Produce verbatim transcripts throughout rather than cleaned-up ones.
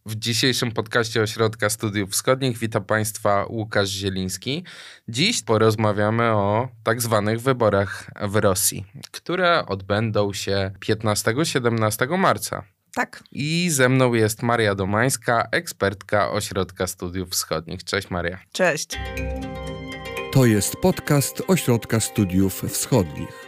W dzisiejszym podcaście Ośrodka Studiów Wschodnich witam Państwa Łukasz Zieliński. Dziś porozmawiamy o tak zwanych wyborach w Rosji, które odbędą się piętnastego siedemnastego marca. Tak. I ze mną jest Maria Domańska, ekspertka Ośrodka Studiów Wschodnich. Cześć Maria. Cześć. To jest podcast Ośrodka Studiów Wschodnich.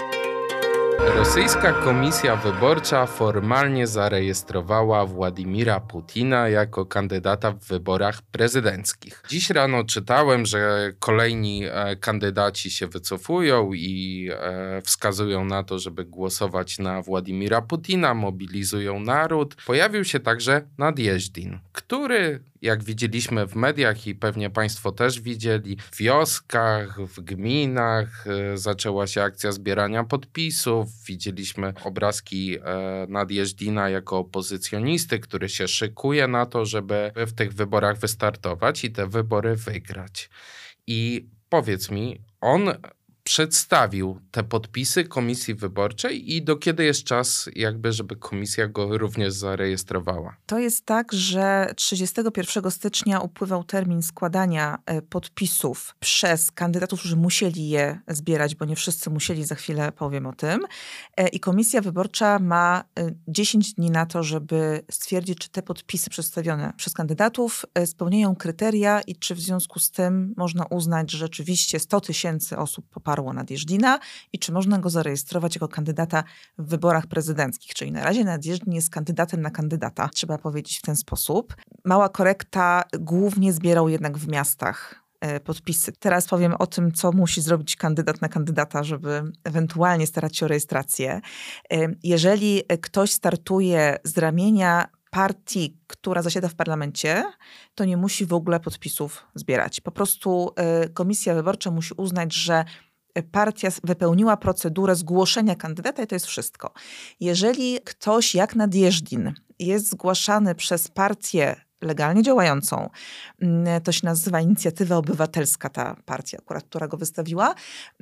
Rosyjska Komisja Wyborcza formalnie zarejestrowała Władimira Putina jako kandydata w wyborach prezydenckich. Dziś rano czytałem, że kolejni e, kandydaci się wycofują i e, wskazują na to, żeby głosować na Władimira Putina, mobilizują naród. Pojawił się także Nadjeżdin, który, jak widzieliśmy w mediach i pewnie Państwo też widzieli, w wioskach, w gminach e, zaczęła się akcja zbierania podpisów. Widzieliśmy obrazki e, Nadjeżdina jako opozycjonisty, który się szykuje na to, żeby w tych wyborach wystartować i te wybory wygrać. I powiedz mi, on przedstawił te podpisy Komisji Wyborczej i do kiedy jest czas, jakby, żeby komisja go również zarejestrowała? To jest tak, że trzydziestego pierwszego stycznia upływał termin składania podpisów przez kandydatów, którzy musieli je zbierać, bo nie wszyscy musieli, za chwilę powiem o tym. I Komisja Wyborcza ma dziesięć dni na to, żeby stwierdzić, czy te podpisy przedstawione przez kandydatów spełniają kryteria i czy w związku z tym można uznać, że rzeczywiście sto tysięcy osób poparło Nadjeżdina i czy można go zarejestrować jako kandydata w wyborach prezydenckich. Czyli na razie Nadjeżdin jest kandydatem na kandydata, trzeba powiedzieć w ten sposób. Mała korekta, głównie zbierał jednak w miastach podpisy. Teraz powiem o tym, co musi zrobić kandydat na kandydata, żeby ewentualnie starać się o rejestrację. Jeżeli ktoś startuje z ramienia partii, która zasiada w parlamencie, to nie musi w ogóle podpisów zbierać. Po prostu Komisja Wyborcza musi uznać, że partia wypełniła procedurę zgłoszenia kandydata i to jest wszystko. Jeżeli ktoś jak Nadjeżdin jest zgłaszany przez partię legalnie działającą, to się nazywa Inicjatywa Obywatelska, ta partia akurat, która go wystawiła,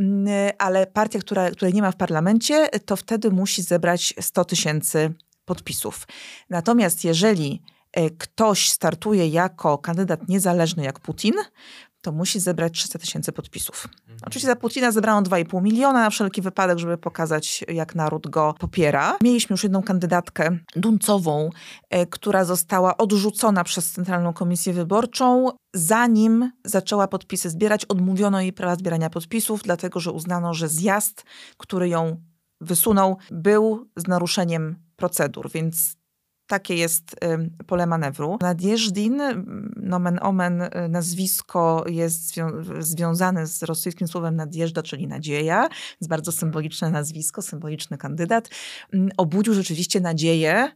ale partia, która, której nie ma w parlamencie, to wtedy musi zebrać sto tysięcy podpisów. Natomiast jeżeli ktoś startuje jako kandydat niezależny jak Putin, to musi zebrać trzysta tysięcy podpisów. Mhm. Oczywiście za Putina zebrano dwa i pół miliona na wszelki wypadek, żeby pokazać, jak naród go popiera. Mieliśmy już jedną kandydatkę Duncową, e, która została odrzucona przez Centralną Komisję Wyborczą. Zanim zaczęła podpisy zbierać, odmówiono jej prawa zbierania podpisów, dlatego że uznano, że zjazd, który ją wysunął, był z naruszeniem procedur, więc takie jest y, pole manewru. Nadjeżdin, nomen omen, nazwisko jest zwią- związane z rosyjskim słowem nadjeżdża, czyli nadzieja. Jest bardzo symboliczne nazwisko, symboliczny kandydat. Y, obudził rzeczywiście nadzieję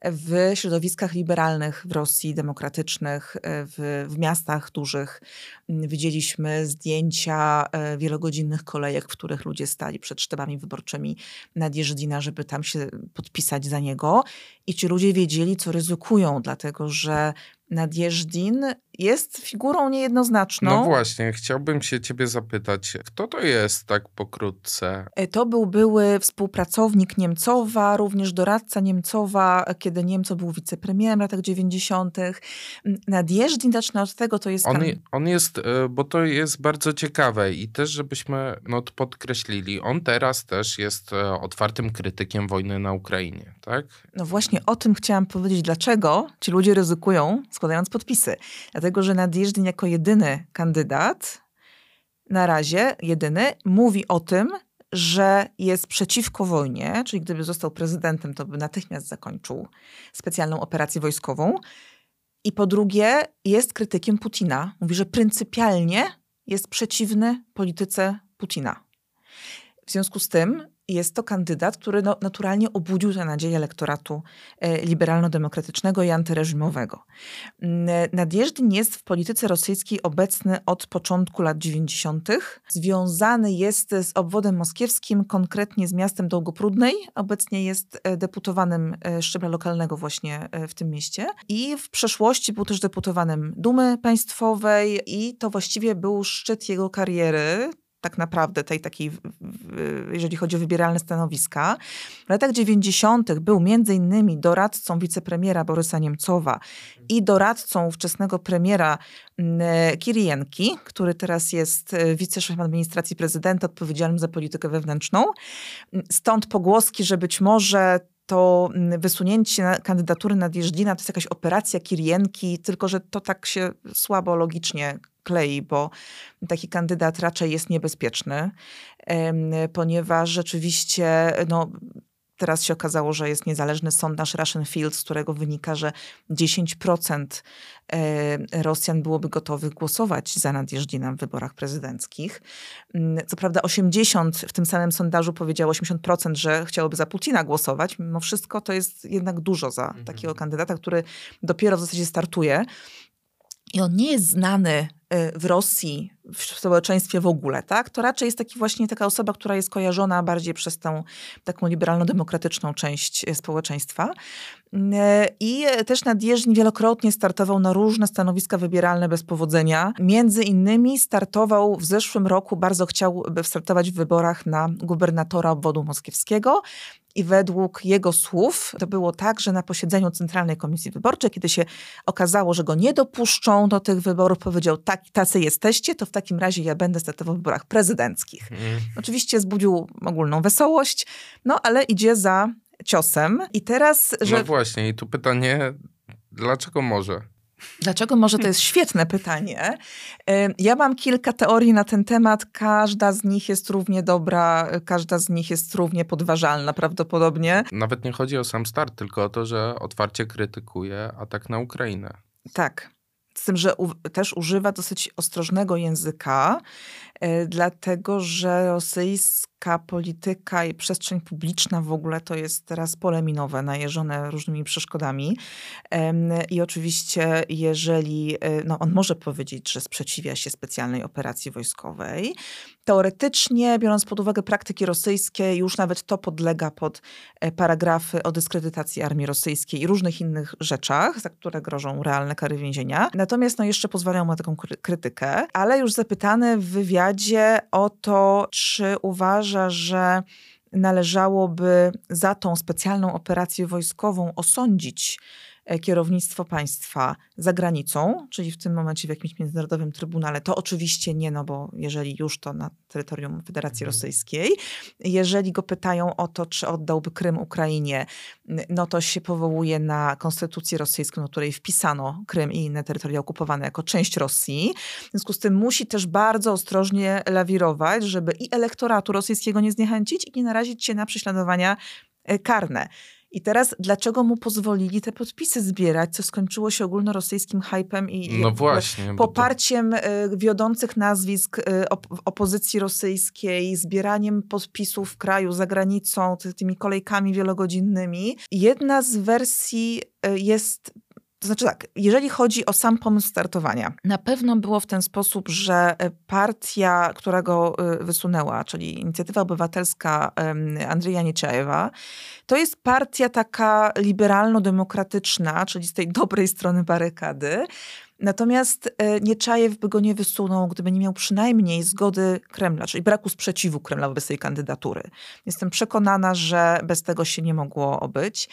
w środowiskach liberalnych w Rosji, demokratycznych, w, w miastach dużych. Widzieliśmy zdjęcia wielogodzinnych kolejek, w których ludzie stali przed sztabami wyborczymi Nadjeżdina, żeby tam się podpisać za niego. I ci ludzie wiedzieli, co ryzykują, dlatego że Nadjeżdin jest figurą niejednoznaczną. No właśnie, chciałbym się ciebie zapytać, kto to jest tak pokrótce? To był były współpracownik Niemcowa, również doradca Niemcowa, kiedy Niemcow był wicepremierem w latach dziewięćdziesiątych. Nadjeżdin, zacznę od tego, to jest... On, kan... on jest, bo to jest bardzo ciekawe i też żebyśmy no, podkreślili, on teraz też jest otwartym krytykiem wojny na Ukrainie, tak? No właśnie o tym chciałam powiedzieć, dlaczego ci ludzie ryzykują, składając podpisy. Dlatego, że Nadjeżdin jako jedyny kandydat, na razie jedyny, mówi o tym, że jest przeciwko wojnie, czyli gdyby został prezydentem, to by natychmiast zakończył specjalną operację wojskową. I po drugie, jest krytykiem Putina. Mówi, że pryncypialnie jest przeciwny polityce Putina. W związku z tym jest to kandydat, który no, naturalnie obudził tę nadzieję elektoratu e, liberalno-demokratycznego i antyreżimowego. Nadjeżdin jest w polityce rosyjskiej obecny od początku lat dziewięćdziesiątych. Związany jest z obwodem moskiewskim, konkretnie z miastem Dołgoprudnej. Obecnie jest deputowanym szczebla lokalnego właśnie w tym mieście. I w przeszłości był też deputowanym Dumy Państwowej i to właściwie był szczyt jego kariery. tak naprawdę tej takiej, jeżeli chodzi o wybieralne stanowiska. W latach dziewięćdziesiątych był między innymi doradcą wicepremiera Borysa Niemcowa i doradcą ówczesnego premiera Kirienki, który teraz jest wiceszefem administracji prezydenta odpowiedzialnym za politykę wewnętrzną. Stąd pogłoski, że być może to wysunięcie na kandydatury Nadjeżdżina to jest jakaś operacja Kirienki, tylko że to tak się słabo logicznie klei, bo taki kandydat raczej jest niebezpieczny, ponieważ rzeczywiście no, teraz się okazało, że jest niezależny sondaż Russian Field, z którego wynika, że dziesięć procent Rosjan byłoby gotowych głosować za Nadjeżdżinem w wyborach prezydenckich. Co prawda osiemdziesiąt procent w tym samym sondażu powiedziało osiemdziesiąt procent, że chciałoby za Putina głosować. Mimo wszystko to jest jednak dużo za mhm. takiego kandydata, który dopiero w zasadzie startuje. I on nie jest znany w Rosji, w społeczeństwie w ogóle, tak? To raczej jest taki właśnie taka osoba, która jest kojarzona bardziej przez tą taką liberalno-demokratyczną część społeczeństwa. I też Nadjeżdżin wielokrotnie startował na różne stanowiska wybieralne bez powodzenia. Między innymi startował w zeszłym roku, bardzo chciał startować w wyborach na gubernatora obwodu moskiewskiego. I według jego słów to było tak, że na posiedzeniu Centralnej Komisji Wyborczej, kiedy się okazało, że go nie dopuszczą do tych wyborów, powiedział, tak, tacy jesteście, to w takim razie ja będę startował w wyborach prezydenckich. Mm. Oczywiście zbudził ogólną wesołość, no ale idzie za ciosem. I teraz, że... No właśnie, i tu pytanie, dlaczego może? Dlaczego może? To jest świetne pytanie. Ja mam kilka teorii na ten temat. Każda z nich jest równie dobra, każda z nich jest równie podważalna prawdopodobnie. Nawet nie chodzi o sam start, tylko o to, że otwarcie krytykuje atak na Ukrainę. Tak. Z tym, że u, też używa dosyć ostrożnego języka, y, dlatego że rosyjska polityka i przestrzeń publiczna w ogóle to jest teraz pole minowe, najeżone różnymi przeszkodami. Y, I oczywiście, jeżeli y, no, on może powiedzieć, że sprzeciwia się specjalnej operacji wojskowej, teoretycznie, biorąc pod uwagę praktyki rosyjskie, już nawet to podlega pod paragrafy o dyskredytacji armii rosyjskiej i różnych innych rzeczach, za które grożą realne kary więzienia. Natomiast no, jeszcze pozwalają na taką krytykę. Ale już zapytany w wywiadzie o to, czy uważa, że należałoby za tą specjalną operację wojskową osądzić kierownictwo państwa za granicą, czyli w tym momencie w jakimś międzynarodowym trybunale, to oczywiście nie, no bo jeżeli już, to na terytorium Federacji mhm. Rosyjskiej. Jeżeli go pytają o to, czy oddałby Krym Ukrainie, no to się powołuje na konstytucję rosyjską, na której wpisano Krym i inne terytoria okupowane jako część Rosji. W związku z tym musi też bardzo ostrożnie lawirować, żeby i elektoratu rosyjskiego nie zniechęcić i nie narazić się na prześladowania karne. I teraz, dlaczego mu pozwolili te podpisy zbierać, co skończyło się ogólnorosyjskim hypem i no właśnie, poparciem to... wiodących nazwisk op- opozycji rosyjskiej, zbieraniem podpisów w kraju, za granicą, ty- tymi kolejkami wielogodzinnymi. Jedna z wersji jest... To znaczy tak, jeżeli chodzi o sam pomysł startowania, na pewno było w ten sposób, że partia, która go wysunęła, czyli Inicjatywa Obywatelska Andrzeja Nieczajewa, to jest partia taka liberalno-demokratyczna, czyli z tej dobrej strony barykady. Natomiast Nieczajew by go nie wysunął, gdyby nie miał przynajmniej zgody Kremla, czyli braku sprzeciwu Kremla wobec tej kandydatury. Jestem przekonana, że bez tego się nie mogło obyć.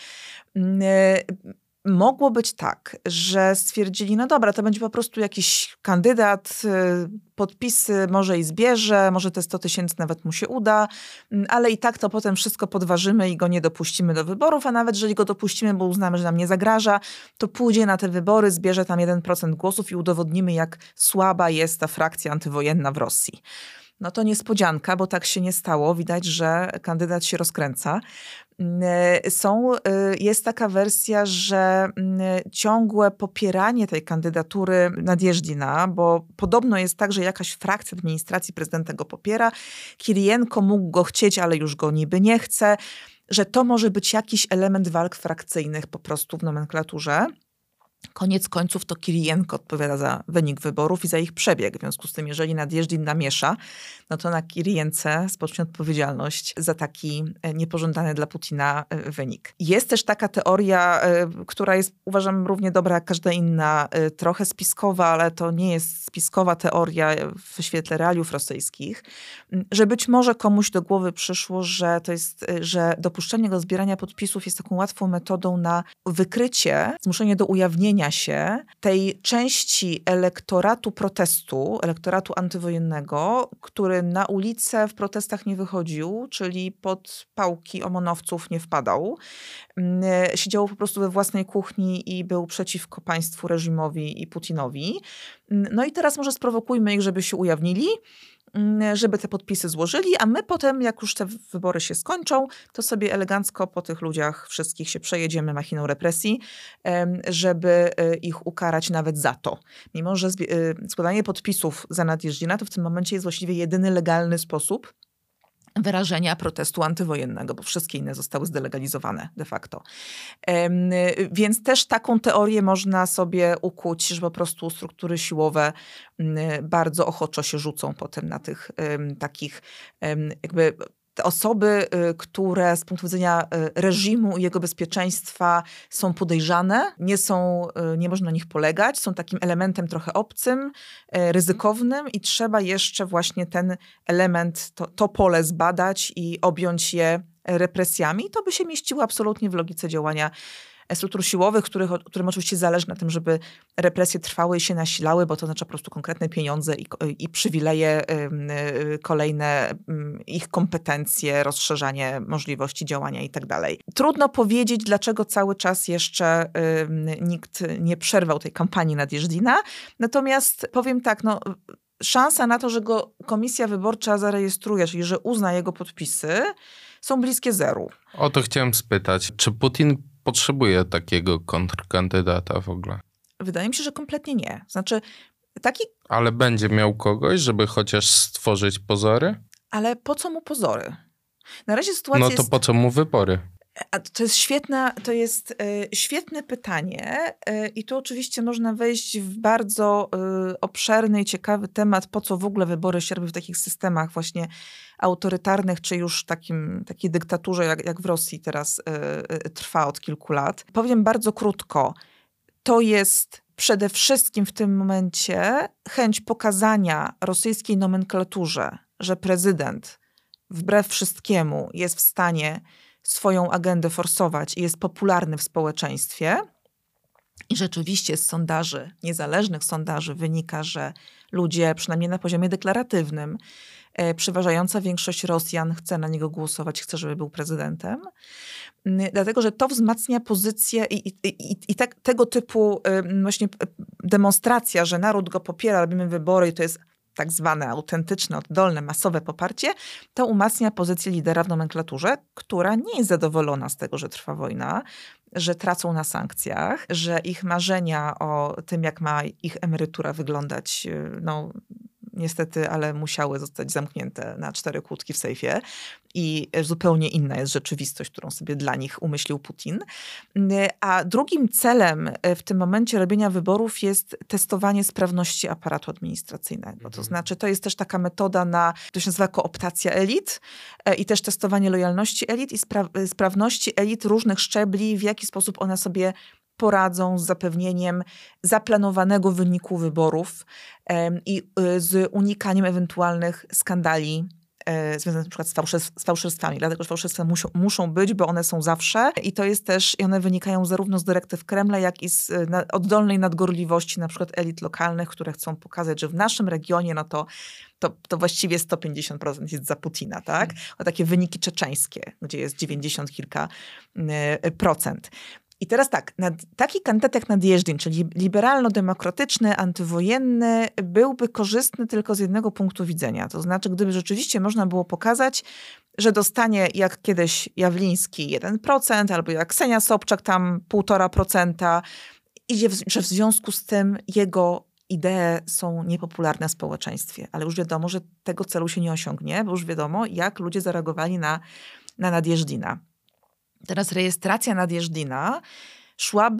Mogło być tak, że stwierdzili, no dobra, to będzie po prostu jakiś kandydat, podpisy może i zbierze, może te sto tysięcy nawet mu się uda, ale i tak to potem wszystko podważymy i go nie dopuścimy do wyborów, a nawet jeżeli go dopuścimy, bo uznamy, że nam nie zagraża, to pójdzie na te wybory, zbierze tam jeden procent głosów i udowodnimy, jak słaba jest ta frakcja antywojenna w Rosji. No to niespodzianka, bo tak się nie stało. Widać, że kandydat się rozkręca. Są, jest taka wersja, że ciągłe popieranie tej kandydatury Nadjeżdżina, bo podobno jest tak, że jakaś frakcja administracji prezydenta go popiera. Kirienko mógł go chcieć, ale już go niby nie chce, że to może być jakiś element walk frakcyjnych po prostu w nomenklaturze. Koniec końców to Kirijenko odpowiada za wynik wyborów i za ich przebieg. W związku z tym, jeżeli Nadjeżdżin namiesza, no to na Kirijence spocznie odpowiedzialność za taki niepożądany dla Putina wynik. Jest też taka teoria, która jest, uważam, równie dobra jak każda inna, trochę spiskowa, ale to nie jest spiskowa teoria w świetle realiów rosyjskich, że być może komuś do głowy przyszło, że to jest, że dopuszczenie do zbierania podpisów jest taką łatwą metodą na wykrycie, zmuszenie do ujawnienia się tej części elektoratu protestu, elektoratu antywojennego, który na ulicę w protestach nie wychodził, czyli pod pałki omonowców nie wpadał. Siedział po prostu we własnej kuchni i był przeciwko państwu, reżimowi i Putinowi. No i teraz może sprowokujmy ich, żeby się ujawnili, żeby te podpisy złożyli, a my potem, jak już te wybory się skończą, to sobie elegancko po tych ludziach wszystkich się przejedziemy machiną represji, żeby ich ukarać nawet za to. Mimo że składanie podpisów za Nadjeżdżina to w tym momencie jest właściwie jedyny legalny sposób wyrażenia protestu antywojennego, bo wszystkie inne zostały zdelegalizowane de facto. Więc też taką teorię można sobie ukuć, że po prostu struktury siłowe bardzo ochoczo się rzucą potem na tych takich jakby te osoby, które z punktu widzenia reżimu i jego bezpieczeństwa są podejrzane, nie są, nie można na nich polegać, są takim elementem trochę obcym, ryzykownym i trzeba jeszcze właśnie ten element, to, to pole zbadać i objąć je represjami. To by się mieściło absolutnie w logice działania struktur siłowych, których, którym oczywiście zależy na tym, żeby represje trwały i się nasilały, bo to oznacza po prostu konkretne pieniądze i, i przywileje y, y, kolejne, y, ich kompetencje, rozszerzanie możliwości działania i tak dalej. Trudno powiedzieć, dlaczego cały czas jeszcze y, nikt nie przerwał tej kampanii Nadjeżdżina. Natomiast powiem tak, no szansa na to, że go komisja wyborcza zarejestruje, czyli że uzna jego podpisy, są bliskie zeru. O to chciałem spytać. Czy Putin potrzebuje takiego kontrkandydata w ogóle? Wydaje mi się, że kompletnie nie. Znaczy taki... Ale będzie miał kogoś, żeby chociaż stworzyć pozory? Ale po co mu pozory? Na razie sytuacja No to jest... po co mu wybory? A to jest świetna, to jest y, świetne pytanie y, i tu oczywiście można wejść w bardzo y, obszerny i ciekawy temat, po co w ogóle wybory się robi w takich systemach właśnie autorytarnych, czy już takim, takiej dyktaturze, jak, jak w Rosji teraz y, y, trwa od kilku lat. Powiem bardzo krótko, to jest przede wszystkim w tym momencie chęć pokazania rosyjskiej nomenklaturze, że prezydent wbrew wszystkiemu jest w stanie swoją agendę forsować i jest popularny w społeczeństwie. I rzeczywiście z sondaży, niezależnych sondaży wynika, że ludzie, przynajmniej na poziomie deklaratywnym, e, przeważająca większość Rosjan chce na niego głosować, chce, żeby był prezydentem. Dlatego, że to wzmacnia pozycję i, i, i, i tak, tego typu y, właśnie demonstracja, że naród go popiera, robimy wybory i to jest tak zwane autentyczne, oddolne, masowe poparcie, to umacnia pozycję lidera w nomenklaturze, która nie jest zadowolona z tego, że trwa wojna, że tracą na sankcjach, że ich marzenia o tym, jak ma ich emerytura wyglądać, no niestety, ale musiały zostać zamknięte na cztery kłódki w sejfie i zupełnie inna jest rzeczywistość, którą sobie dla nich umyślił Putin. A drugim celem w tym momencie robienia wyborów jest testowanie sprawności aparatu administracyjnego. Mhm. To znaczy, to jest też taka metoda na, to się nazywa kooptacja elit i też testowanie lojalności elit i spra- sprawności elit różnych szczebli, w jaki sposób one sobie poradzą z zapewnieniem zaplanowanego wyniku wyborów um, i y, z unikaniem ewentualnych skandali y, związanych na przykład z, fałszerstw, z fałszerstwami. Dlatego, że fałszerstwa muszą, muszą być, bo one są zawsze i to jest też, i one wynikają zarówno z dyrektyw Kremla, jak i z y, na, oddolnej nadgorliwości na przykład elit lokalnych, które chcą pokazać, że w naszym regionie no to To, to właściwie sto pięćdziesiąt procent jest za Putina, tak? O takie wyniki czeczeńskie, gdzie jest dziewięćdziesiąt kilka y, procent. I teraz tak, nad, taki kandydat jak Nadjeżdżin, czyli liberalno-demokratyczny, antywojenny, byłby korzystny tylko z jednego punktu widzenia. To znaczy, gdyby rzeczywiście można było pokazać, że dostanie jak kiedyś Jawliński jeden procent, albo jak Ksenia Sobczak tam półtora procenta, i że w związku z tym jego idee są niepopularne w społeczeństwie. Ale już wiadomo, że tego celu się nie osiągnie, bo już wiadomo, jak ludzie zareagowali na, na Nadjeżdżina. Teraz rejestracja Nadjeżdżina szłaby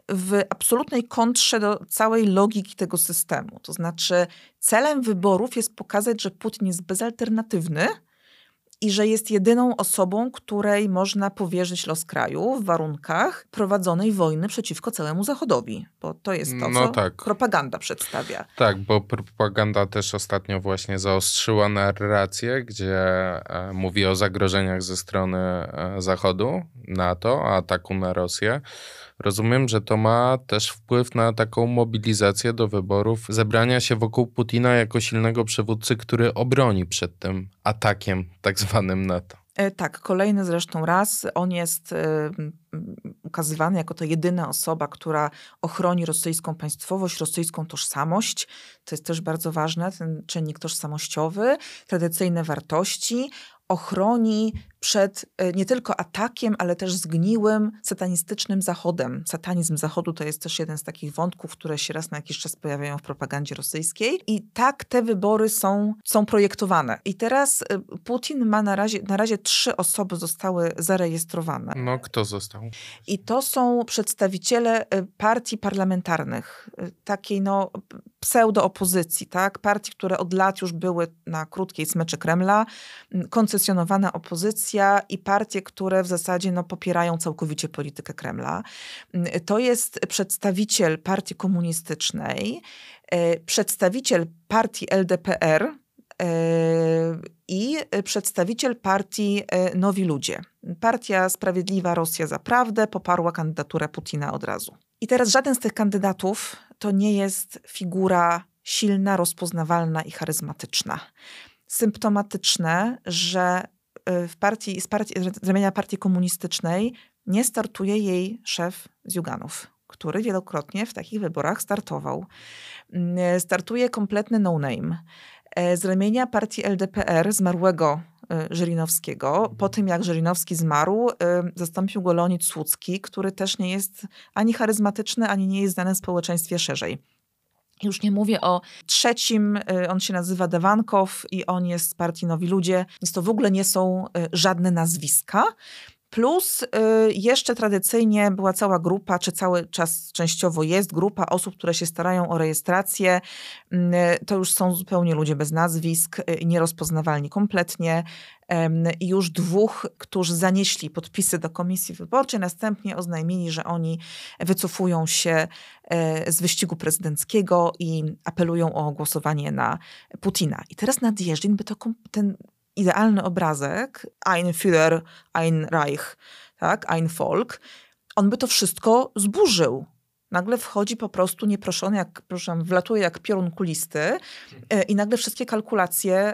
w absolutnej kontrze do całej logiki tego systemu. To znaczy celem wyborów jest pokazać, że Putin jest bezalternatywny i że jest jedyną osobą, której można powierzyć los kraju w warunkach prowadzonej wojny przeciwko całemu Zachodowi. Bo to jest to, no co tak. propaganda przedstawia. Tak, bo propaganda też ostatnio właśnie zaostrzyła narrację, gdzie e, mówi o zagrożeniach ze strony e, Zachodu, NATO, ataku na Rosję. Rozumiem, że to ma też wpływ na taką mobilizację do wyborów, zebrania się wokół Putina jako silnego przywódcy, który obroni przed tym atakiem tak zwanym NATO. E, tak, kolejny zresztą raz. On jest e, ukazywany jako ta jedyna osoba, która ochroni rosyjską państwowość, rosyjską tożsamość. To jest też bardzo ważne, ten czynnik tożsamościowy, tradycyjne wartości. Ochroni przed nie tylko atakiem, ale też zgniłym, satanistycznym Zachodem. Satanizm Zachodu to jest też jeden z takich wątków, które się raz na jakiś czas pojawiają w propagandzie rosyjskiej. I tak te wybory są, są projektowane. I teraz Putin ma na razie, na razie trzy osoby zostały zarejestrowane. No, kto został? I to są przedstawiciele partii parlamentarnych, takiej no pseudo-opozycji, tak? Partii, które od lat już były na krótkiej smyczy Kremla, koncesjonowana opozycja i partie, które w zasadzie no, popierają całkowicie politykę Kremla. To jest przedstawiciel partii komunistycznej, przedstawiciel partii L D P R i przedstawiciel partii Nowi Ludzie. Partia Sprawiedliwa Rosja za Prawdę poparła kandydaturę Putina od razu. I teraz żaden z tych kandydatów to nie jest figura silna, rozpoznawalna i charyzmatyczna. Symptomatyczne, że w partii, z, partii, z ramienia partii komunistycznej nie startuje jej szef Zjuganow, który wielokrotnie w takich wyborach startował. Startuje kompletny no-name. Z ramienia partii L D P R, zmarłego Żyrinowskiego, po tym jak Żyrinowski zmarł, zastąpił go Leonid Słucki, który też nie jest ani charyzmatyczny, ani nie jest znany w społeczeństwie szerzej. Już nie mówię o trzecim, on się nazywa Dewankow i on jest z partii Nowi Ludzie, więc to w ogóle nie są żadne nazwiska. Plus jeszcze tradycyjnie była cała grupa, czy cały czas częściowo jest grupa osób, które się starają o rejestrację. To już są zupełnie ludzie bez nazwisk, nierozpoznawalni kompletnie. I już dwóch, którzy zanieśli podpisy do komisji wyborczej, następnie oznajmili, że oni wycofują się z wyścigu prezydenckiego i apelują o głosowanie na Putina. I teraz nadjeżdża by to ten idealny obrazek, ein Führer, ein Reich, tak, ein Volk, on by to wszystko zburzył. Nagle wchodzi po prostu nieproszony, jak, proszę, wlatuje jak piorun kulisty i nagle wszystkie kalkulacje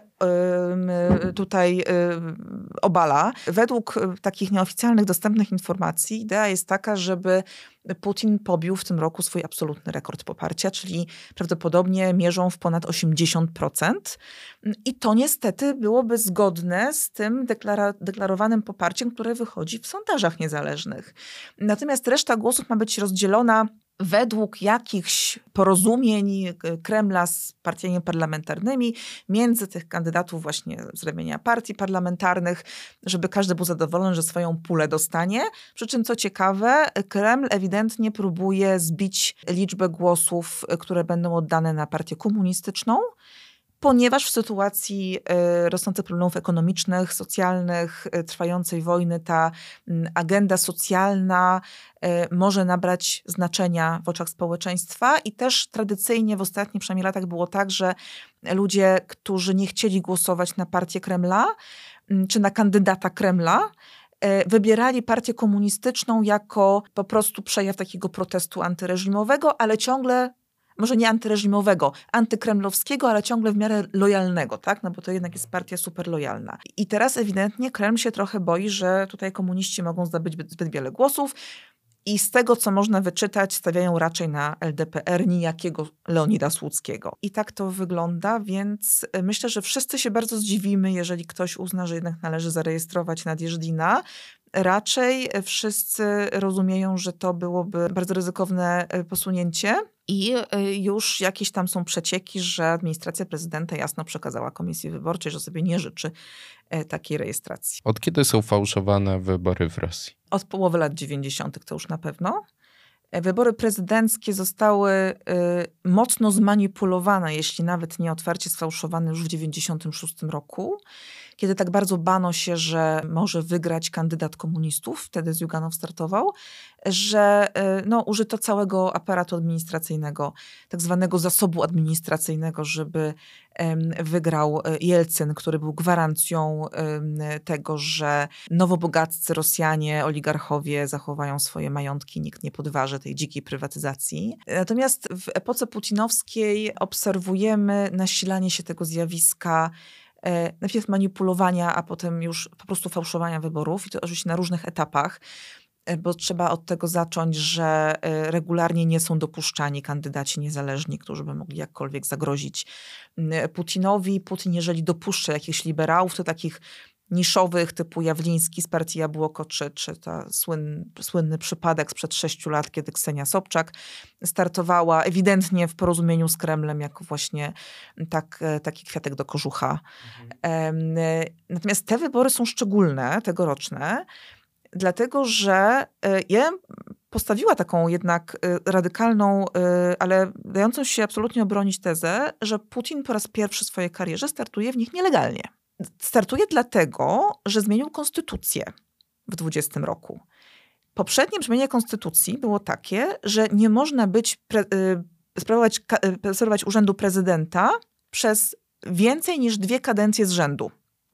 tutaj obala. Według takich nieoficjalnych, dostępnych informacji idea jest taka, żeby Putin pobił w tym roku swój absolutny rekord poparcia, czyli prawdopodobnie mierzą w ponad osiemdziesiąt procent. I to niestety byłoby zgodne z tym deklara- deklarowanym poparciem, które wychodzi w sondażach niezależnych. Natomiast reszta głosów ma być rozdzielona według jakichś porozumień Kremla z partiami parlamentarnymi między tych kandydatów właśnie z ramienia partii parlamentarnych, żeby każdy był zadowolony, że swoją pulę dostanie. Przy czym co ciekawe, Kreml ewidentnie próbuje zbić liczbę głosów, które będą oddane na partię komunistyczną, ponieważ w sytuacji y, rosnących problemów ekonomicznych, socjalnych, y, trwającej wojny, ta y, agenda socjalna y, może nabrać znaczenia w oczach społeczeństwa i też tradycyjnie w ostatnich przynajmniej latach było tak, że ludzie, którzy nie chcieli głosować na partię Kremla y, czy na kandydata Kremla, y, wybierali partię komunistyczną jako po prostu przejaw takiego protestu antyreżimowego, ale ciągle może nie antyreżimowego, antykremlowskiego, ale ciągle w miarę lojalnego, tak? No bo to jednak jest partia super lojalna. I teraz ewidentnie Kreml się trochę boi, że tutaj komuniści mogą zdobyć zbyt wiele głosów i z tego, co można wyczytać, stawiają raczej na L D P R nijakiego Leonida Słuckiego. I tak to wygląda, więc myślę, że wszyscy się bardzo zdziwimy, jeżeli ktoś uzna, że jednak należy zarejestrować Nadjeżdina. Raczej wszyscy rozumieją, że to byłoby bardzo ryzykowne posunięcie i już jakieś tam są przecieki, że administracja prezydenta jasno przekazała Komisji Wyborczej, że sobie nie życzy takiej rejestracji. Od kiedy są fałszowane wybory w Rosji? Od połowy lat dziewięćdziesiątych to już na pewno. Wybory prezydenckie zostały y, mocno zmanipulowane, jeśli nawet nie otwarcie sfałszowane już w dziewięćdziesiątym szóstym roku, kiedy tak bardzo bano się, że może wygrać kandydat komunistów, wtedy Zjuganow startował, że y, no, użyto całego aparatu administracyjnego, tak zwanego zasobu administracyjnego, żeby y, wygrał Jelcyn, który był gwarancją y, tego, że nowobogaccy Rosjanie, oligarchowie zachowają swoje majątki, nikt nie podważy tej dzikiej prywatyzacji. Natomiast w epoce putinowskiej obserwujemy nasilanie się tego zjawiska e, najpierw manipulowania, a potem już po prostu fałszowania wyborów i to oczywiście na różnych etapach, e, bo trzeba od tego zacząć, że e, regularnie nie są dopuszczani kandydaci niezależni, którzy by mogli jakkolwiek zagrozić m, Putinowi. Putin, jeżeli dopuszcza jakichś liberałów, to takich niszowych typu Jawliński z partii Jabłoko, czy, czy ta słyn, słynny przypadek sprzed sześciu lat, kiedy Ksenia Sobczak startowała ewidentnie w porozumieniu z Kremlem jako właśnie tak, taki kwiatek do kożucha. Mhm. Natomiast te wybory są szczególne, tegoroczne, dlatego że ja postawiła taką jednak radykalną, ale dającą się absolutnie obronić tezę, że Putin po raz pierwszy w swojej karierze startuje w nich nielegalnie. Startuje dlatego, że zmienił konstytucję w dwudziestym roku. Poprzednie brzmienie konstytucji było takie, że nie można być pre, sprawować, sprawować urzędu prezydenta przez więcej niż dwie kadencje z rzędu.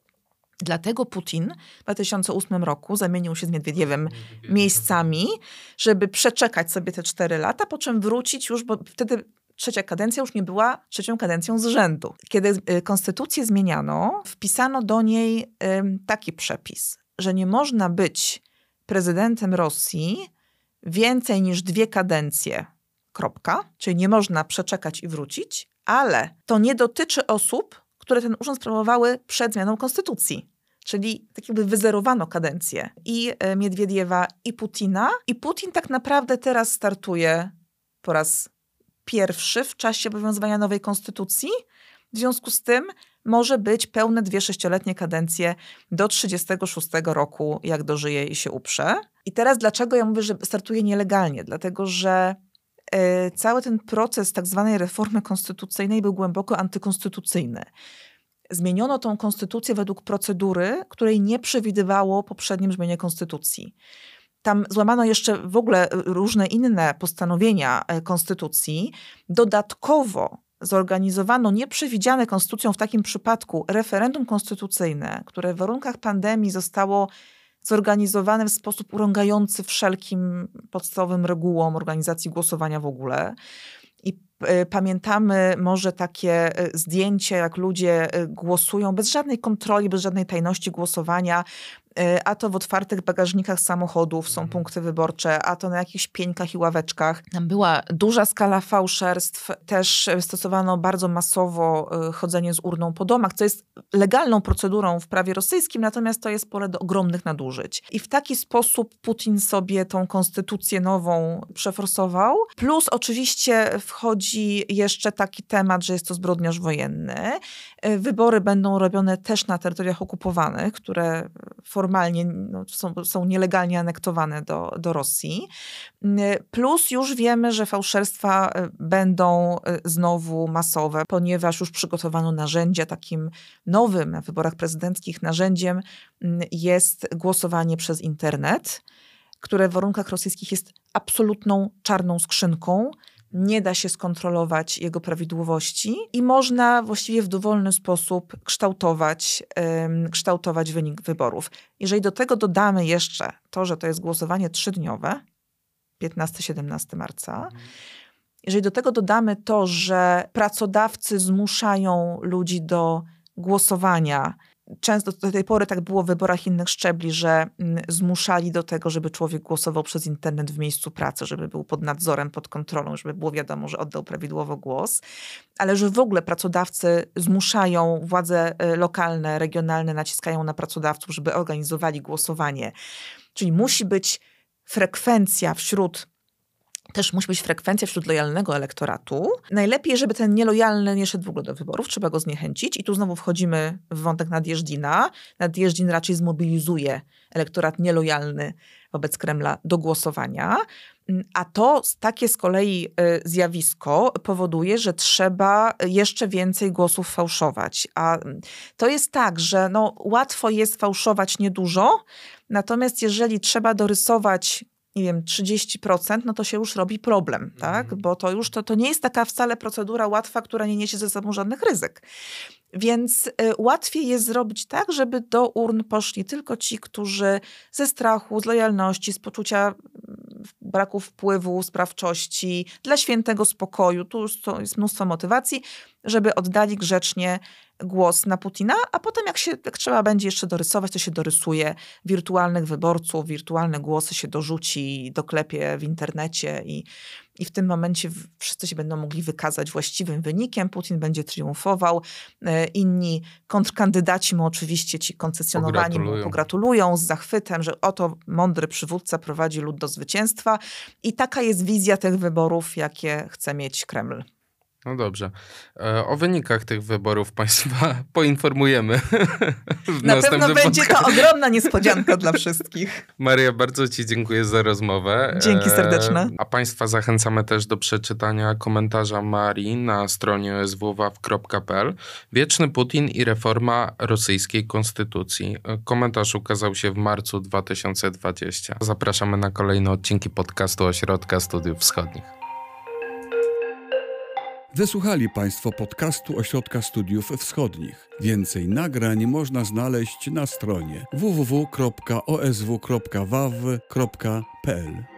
Dlatego Putin w dwa tysiące ósmym roku zamienił się z Miedwiediewem miejscami, żeby przeczekać sobie te cztery lata, po czym wrócić już, bo wtedy trzecia kadencja już nie była trzecią kadencją z rzędu. Kiedy konstytucję zmieniano, wpisano do niej taki przepis, że nie można być prezydentem Rosji więcej niż dwie kadencje, kropka, czyli nie można przeczekać i wrócić, ale to nie dotyczy osób, które ten urząd sprawowały przed zmianą konstytucji. Czyli tak jakby wyzerowano kadencję i Miedwiediewa, i Putina. I Putin tak naprawdę teraz startuje po raz pierwszy w czasie obowiązywania nowej konstytucji. W związku z tym może być pełne dwie sześcioletnie kadencje do trzydziestego szóstego roku, jak dożyje i się uprze. I teraz dlaczego ja mówię, że startuje nielegalnie? Dlatego, że y, cały ten proces tak zwanej reformy konstytucyjnej był głęboko antykonstytucyjny. Zmieniono tą konstytucję według procedury, której nie przewidywało poprzednie brzmienie konstytucji. Tam złamano jeszcze w ogóle różne inne postanowienia konstytucji. Dodatkowo zorganizowano nieprzewidziane konstytucją w takim przypadku referendum konstytucyjne, które w warunkach pandemii zostało zorganizowane w sposób urągający wszelkim podstawowym regułom organizacji głosowania w ogóle. I pamiętamy może takie zdjęcie, jak ludzie głosują bez żadnej kontroli, bez żadnej tajności głosowania, a to w otwartych bagażnikach samochodów są punkty wyborcze, a to na jakichś pieńkach i ławeczkach. Tam była duża skala fałszerstw, też stosowano bardzo masowo chodzenie z urną po domach, co jest legalną procedurą w prawie rosyjskim, natomiast to jest pole do ogromnych nadużyć. I w taki sposób Putin sobie tą konstytucję nową przeforsował. Plus oczywiście wchodzi jeszcze taki temat, że jest to zbrodniarz wojenny. Wybory będą robione też na terytoriach okupowanych, które formalnie no, są, są nielegalnie anektowane do, do Rosji. Plus już wiemy, że fałszerstwa będą znowu masowe, ponieważ już przygotowano narzędzia. Takim nowym na wyborach prezydenckich narzędziem jest głosowanie przez internet, które w warunkach rosyjskich jest absolutną czarną skrzynką. Nie da się skontrolować jego prawidłowości i można właściwie w dowolny sposób kształtować, um, kształtować wynik wyborów. Jeżeli do tego dodamy jeszcze to, że to jest głosowanie trzydniowe, piętnastego do siedemnastego marca, jeżeli do tego dodamy to, że pracodawcy zmuszają ludzi do głosowania, często do tej pory tak było w wyborach innych szczebli, że zmuszali do tego, żeby człowiek głosował przez internet w miejscu pracy, żeby był pod nadzorem, pod kontrolą, żeby było wiadomo, że oddał prawidłowo głos, ale że w ogóle pracodawcy zmuszają, władze lokalne, regionalne naciskają na pracodawców, żeby organizowali głosowanie. Czyli musi być frekwencja wśród Też musi być frekwencja wśród lojalnego elektoratu. Najlepiej, żeby ten nielojalny nie szedł w ogóle do wyborów, trzeba go zniechęcić. I tu znowu wchodzimy w wątek Nadjeżdżina. Nadjeżdżin raczej zmobilizuje elektorat nielojalny wobec Kremla do głosowania. A to takie z kolei zjawisko powoduje, że trzeba jeszcze więcej głosów fałszować. A to jest tak, że no, łatwo jest fałszować niedużo, natomiast jeżeli trzeba dorysować nie wiem, trzydzieści procent, no to się już robi problem, tak? Mhm. Bo to już to, to nie jest taka wcale procedura łatwa, która nie niesie ze sobą żadnych ryzyk. Więc y, łatwiej jest zrobić tak, żeby do urn poszli tylko ci, którzy ze strachu, z lojalności, z poczucia braku wpływu, sprawczości, dla świętego spokoju, tu już to jest mnóstwo motywacji, żeby oddali grzecznie głos na Putina, a potem jak się jak trzeba będzie jeszcze dorysować, to się dorysuje wirtualnych wyborców, wirtualne głosy się dorzuci, doklepie w internecie i, i w tym momencie wszyscy się będą mogli wykazać właściwym wynikiem, Putin będzie triumfował, inni kontrkandydaci mu oczywiście ci koncesjonowani pogratulują. mu pogratulują z zachwytem, że oto mądry przywódca prowadzi lud do zwycięstwa i taka jest wizja tych wyborów, jakie chce mieć Kreml. No dobrze. O wynikach tych wyborów Państwa poinformujemy. Na pewno będzie to ogromna niespodzianka dla wszystkich. Maria, bardzo Ci dziękuję za rozmowę. Dzięki serdeczne. A Państwa zachęcamy też do przeczytania komentarza Marii na stronie s w waw kropka p l. Wieczny Putin i reforma rosyjskiej konstytucji. Komentarz ukazał się w marcu dwa tysiące dwudziestym. Zapraszamy na kolejne odcinki podcastu Ośrodka Studiów Wschodnich. Wysłuchali Państwo podcastu Ośrodka Studiów Wschodnich. Więcej nagrań można znaleźć na stronie w w w kropka o s w kropka waw kropka p l.